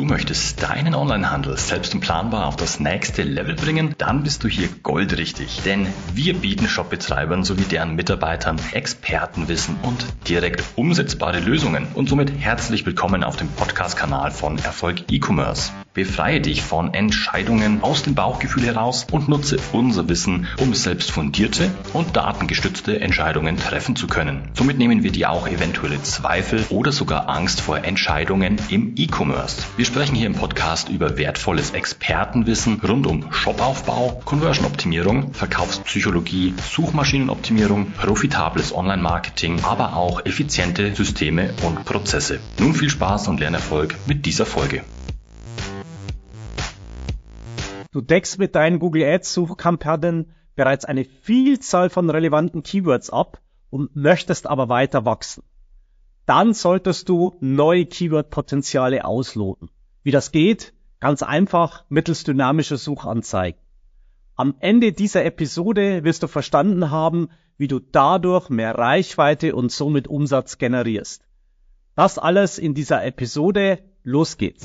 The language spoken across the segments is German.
möchtest deinen Onlinehandel selbst und planbar auf das nächste Level bringen, dann bist du hier goldrichtig. Denn wir bieten Shopbetreibern sowie deren Mitarbeitern Expertenwissen und direkt umsetzbare Lösungen. Und somit herzlich willkommen auf dem Podcast-Kanal von Erfolg E-Commerce. Befreie dich von Entscheidungen aus dem Bauchgefühl heraus und nutze unser Wissen, um selbst fundierte und datengestützte Entscheidungen treffen zu können. Somit nehmen wir dir auch eventuelle Zweifel oder sogar Angst vor Entscheidungen im E-Commerce. Wir sprechen hier im Podcast über wertvolles Expertenwissen rund um Shopaufbau, Conversion-Optimierung, Verkaufspsychologie, Suchmaschinenoptimierung, profitables Online-Marketing, aber auch effiziente Systeme und Prozesse. Nun viel Spaß und Lernerfolg mit dieser Folge. Du deckst mit deinen Google Ads Suchkampagnen bereits eine Vielzahl von relevanten Keywords ab und möchtest aber weiter wachsen. Dann solltest du neue Keyword-Potenziale ausloten. Wie das geht? Ganz einfach mittels dynamischer Suchanzeigen. Am Ende dieser Episode wirst du verstanden haben, wie du dadurch mehr Reichweite und somit Umsatz generierst. Das alles in dieser Episode. Los geht's!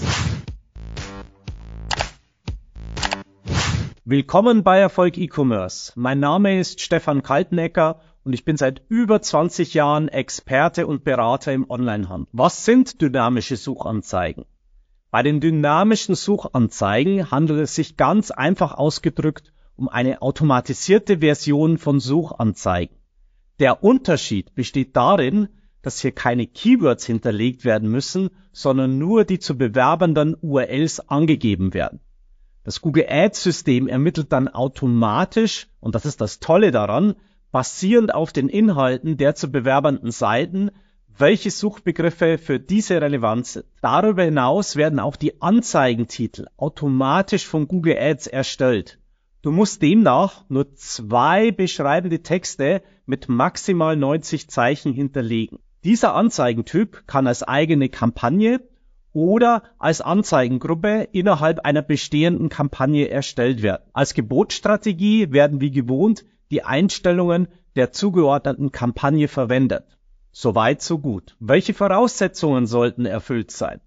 Willkommen bei Erfolg E-Commerce. Mein Name ist Stefan Kaltenecker und ich bin seit über 20 Jahren Experte und Berater im Onlinehandel. Was sind dynamische Suchanzeigen? Bei den dynamischen Suchanzeigen handelt es sich ganz einfach ausgedrückt um eine automatisierte Version von Suchanzeigen. Der Unterschied besteht darin, dass hier keine Keywords hinterlegt werden müssen, sondern nur die zu bewerbenden URLs angegeben werden. Das Google Ads System ermittelt dann automatisch, und das ist das Tolle daran, basierend auf den Inhalten der zu bewerbenden Seiten, welche Suchbegriffe für diese relevant sind. Darüber hinaus werden auch die Anzeigentitel automatisch von Google Ads erstellt. Du musst demnach nur 2 beschreibende Texte mit maximal 90 Zeichen hinterlegen. Dieser Anzeigentyp kann als eigene Kampagne oder als Anzeigengruppe innerhalb einer bestehenden Kampagne erstellt werden. Als Gebotsstrategie werden wie gewohnt die Einstellungen der zugeordneten Kampagne verwendet. Soweit, so gut. Welche Voraussetzungen sollten erfüllt sein?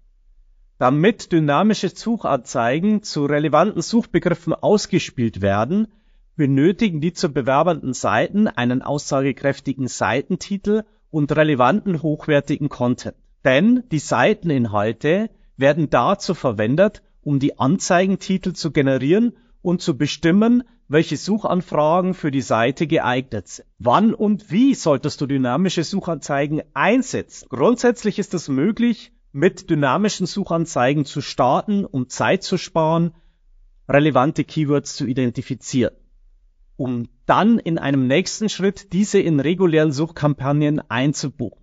Damit dynamische Suchanzeigen zu relevanten Suchbegriffen ausgespielt werden, benötigen die zu bewerbenden Seiten einen aussagekräftigen Seitentitel und relevanten hochwertigen Content. Denn die Seiteninhalte werden dazu verwendet, um die Anzeigentitel zu generieren und zu bestimmen, welche Suchanfragen für die Seite geeignet sind. Wann und wie solltest du dynamische Suchanzeigen einsetzen? Grundsätzlich ist es möglich, mit dynamischen Suchanzeigen zu starten, um Zeit zu sparen, relevante Keywords zu identifizieren, um dann in einem nächsten Schritt diese in regulären Suchkampagnen einzubuchen.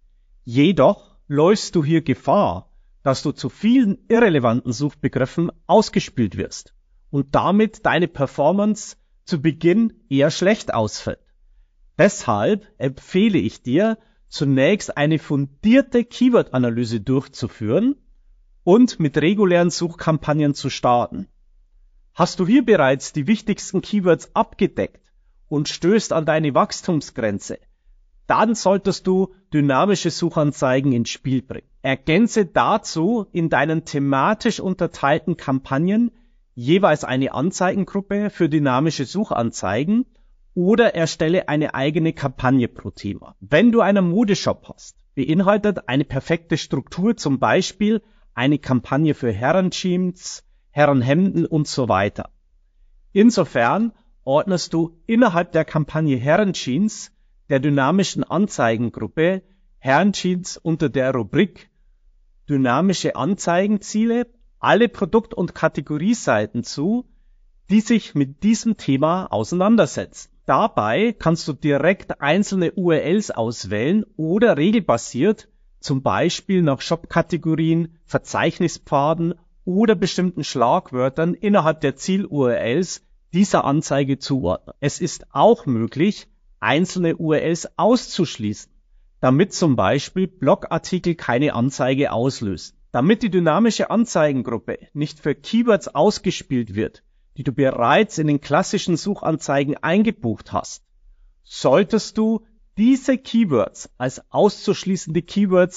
Jedoch läufst du hier Gefahr, dass du zu vielen irrelevanten Suchbegriffen ausgespielt wirst und damit deine Performance zu Beginn eher schlecht ausfällt. Deshalb empfehle ich dir, zunächst eine fundierte Keyword-Analyse durchzuführen und mit regulären Suchkampagnen zu starten. Hast du hier bereits die wichtigsten Keywords abgedeckt und stößt an deine Wachstumsgrenze, dann solltest du dynamische Suchanzeigen ins Spiel bringen. Ergänze dazu in deinen thematisch unterteilten Kampagnen jeweils eine Anzeigengruppe für dynamische Suchanzeigen oder erstelle eine eigene Kampagne pro Thema. Wenn du einen Modeshop hast, beinhaltet eine perfekte Struktur zum Beispiel eine Kampagne für Herrenjeans, Herrenhemden und so weiter. Insofern ordnest du innerhalb der Kampagne Herrenjeans der dynamischen Anzeigengruppe Herrenjeans unter der Rubrik Dynamische Anzeigenziele alle Produkt- und Kategorieseiten zu, die sich mit diesem Thema auseinandersetzen. Dabei kannst du direkt einzelne URLs auswählen oder regelbasiert, zum Beispiel nach Shop-Kategorien, Verzeichnispfaden oder bestimmten Schlagwörtern innerhalb der Ziel-URLs dieser Anzeige zuordnen. Es ist auch möglich, einzelne URLs auszuschließen, damit zum Beispiel Blogartikel keine Anzeige auslösen. Damit die dynamische Anzeigengruppe nicht für Keywords ausgespielt wird, die du bereits in den klassischen Suchanzeigen eingebucht hast, solltest du diese Keywords als auszuschließende Keywords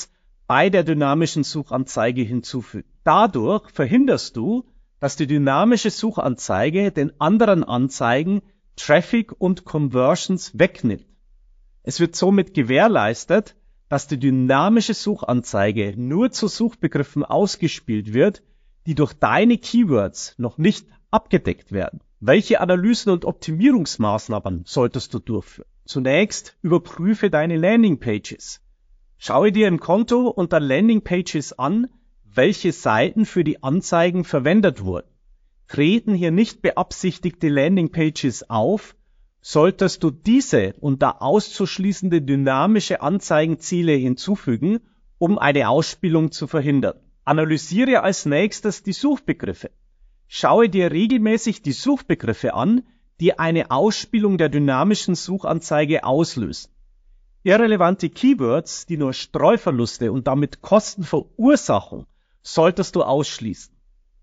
bei der dynamischen Suchanzeige hinzufügen. Dadurch verhinderst du, dass die dynamische Suchanzeige den anderen Anzeigen Traffic und Conversions wegnimmt. Es wird somit gewährleistet, dass die dynamische Suchanzeige nur zu Suchbegriffen ausgespielt wird, die durch deine Keywords noch nicht abgedeckt werden. Welche Analysen und Optimierungsmaßnahmen solltest du durchführen? Zunächst überprüfe deine Landingpages. Schaue dir im Konto unter Landingpages an, welche Seiten für die Anzeigen verwendet wurden. Treten hier nicht beabsichtigte Landingpages auf, solltest du diese unter auszuschließende dynamische Anzeigenziele hinzufügen, um eine Ausspielung zu verhindern. Analysiere als nächstes die Suchbegriffe. Schaue dir regelmäßig die Suchbegriffe an, die eine Ausspielung der dynamischen Suchanzeige auslösen. Irrelevante Keywords, die nur Streuverluste und damit Kosten verursachen, solltest du ausschließen.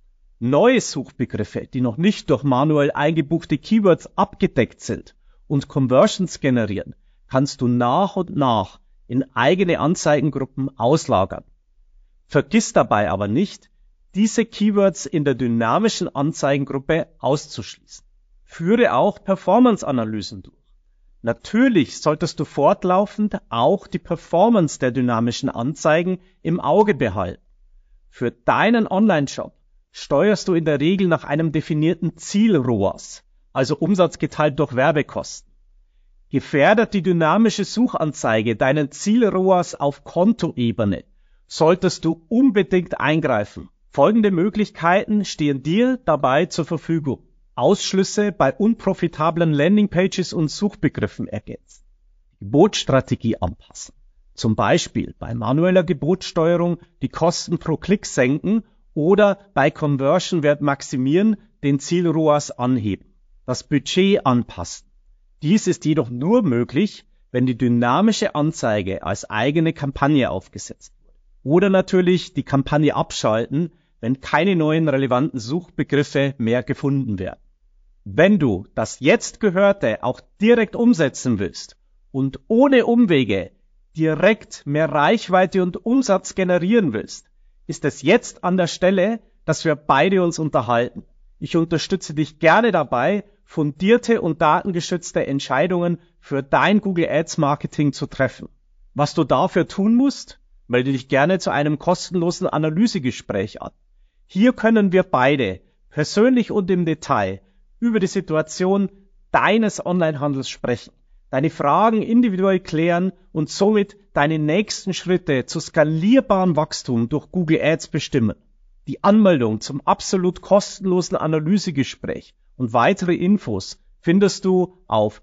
Neue Suchbegriffe, die noch nicht durch manuell eingebuchte Keywords abgedeckt sind und Conversions generieren, kannst du nach und nach in eigene Anzeigengruppen auslagern. Vergiss dabei aber nicht, diese Keywords in der dynamischen Anzeigengruppe auszuschließen. Führe auch Performance-Analysen durch. Natürlich solltest du fortlaufend auch die Performance der dynamischen Anzeigen im Auge behalten. Für deinen Online-Shop steuerst du in der Regel nach einem definierten Ziel-ROAS, also Umsatz geteilt durch Werbekosten. Gefährdet die dynamische Suchanzeige deinen Ziel-ROAS auf Kontoebene, solltest du unbedingt eingreifen. Folgende Möglichkeiten stehen dir dabei zur Verfügung. Ausschlüsse bei unprofitablen Landingpages und Suchbegriffen ergänzen. Gebotsstrategie anpassen. Zum Beispiel bei manueller Gebotssteuerung die Kosten pro Klick senken oder bei Conversion Wert maximieren, den Ziel-ROAS anheben. Das Budget anpassen. Dies ist jedoch nur möglich, wenn die dynamische Anzeige als eigene Kampagne aufgesetzt wurde. Oder natürlich die Kampagne abschalten, wenn keine neuen relevanten Suchbegriffe mehr gefunden werden. Wenn du das jetzt Gehörte auch direkt umsetzen willst und ohne Umwege direkt mehr Reichweite und Umsatz generieren willst, ist es jetzt an der Stelle, dass wir beide uns unterhalten. Ich unterstütze dich gerne dabei, fundierte und datengeschützte Entscheidungen für dein Google Ads Marketing zu treffen. Was du dafür tun musst, melde dich gerne zu einem kostenlosen Analysegespräch an. Hier können wir beide persönlich und im Detail über die Situation deines Onlinehandels sprechen, deine Fragen individuell klären und somit deine nächsten Schritte zu skalierbarem Wachstum durch Google Ads bestimmen. Die Anmeldung zum absolut kostenlosen Analysegespräch und weitere Infos findest du auf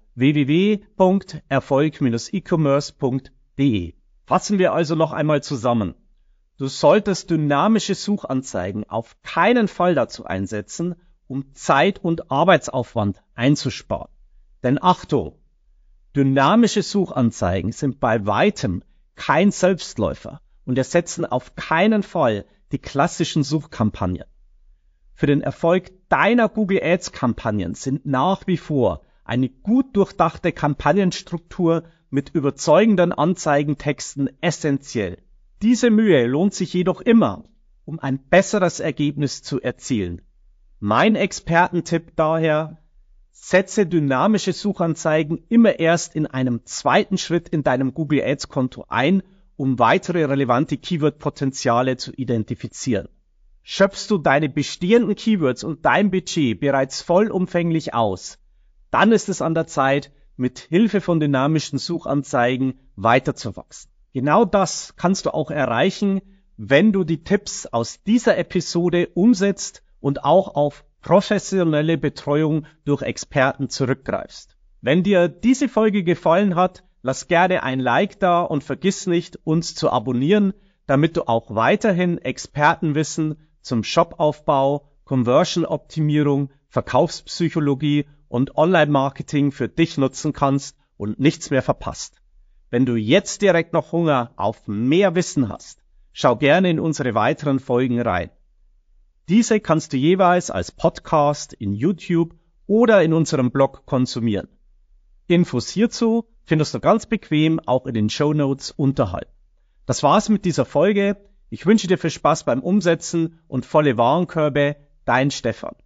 www.erfolg-e-commerce.de. Fassen wir also noch einmal zusammen. Du solltest dynamische Suchanzeigen auf keinen Fall dazu einsetzen, um Zeit und Arbeitsaufwand einzusparen. Denn Achtung, dynamische Suchanzeigen sind bei weitem kein Selbstläufer und ersetzen auf keinen Fall die klassischen Suchkampagnen. Für den Erfolg deiner Google Ads Kampagnen sind nach wie vor eine gut durchdachte Kampagnenstruktur mit überzeugenden Anzeigentexten essentiell. Diese Mühe lohnt sich jedoch immer, um ein besseres Ergebnis zu erzielen. Mein Expertentipp daher: Setze dynamische Suchanzeigen immer erst in einem zweiten Schritt in deinem Google Ads Konto ein, um weitere relevante Keyword-Potenziale zu identifizieren. Schöpfst du deine bestehenden Keywords und dein Budget bereits vollumfänglich aus, dann ist es an der Zeit, mit Hilfe von dynamischen Suchanzeigen weiterzuwachsen. Genau das kannst du auch erreichen, wenn du die Tipps aus dieser Episode umsetzt und auch auf professionelle Betreuung durch Experten zurückgreifst. Wenn dir diese Folge gefallen hat, lass gerne ein Like da und vergiss nicht, uns zu abonnieren, damit du auch weiterhin Expertenwissen zum Shopaufbau, Conversion-Optimierung, Verkaufspsychologie und Online-Marketing für dich nutzen kannst und nichts mehr verpasst. Wenn du jetzt direkt noch Hunger auf mehr Wissen hast, schau gerne in unsere weiteren Folgen rein. Diese kannst du jeweils als Podcast in YouTube oder in unserem Blog konsumieren. Infos hierzu findest du ganz bequem auch in den Shownotes unterhalb. Das war's mit dieser Folge. Ich wünsche dir viel Spaß beim Umsetzen und volle Warenkörbe. Dein Stefan.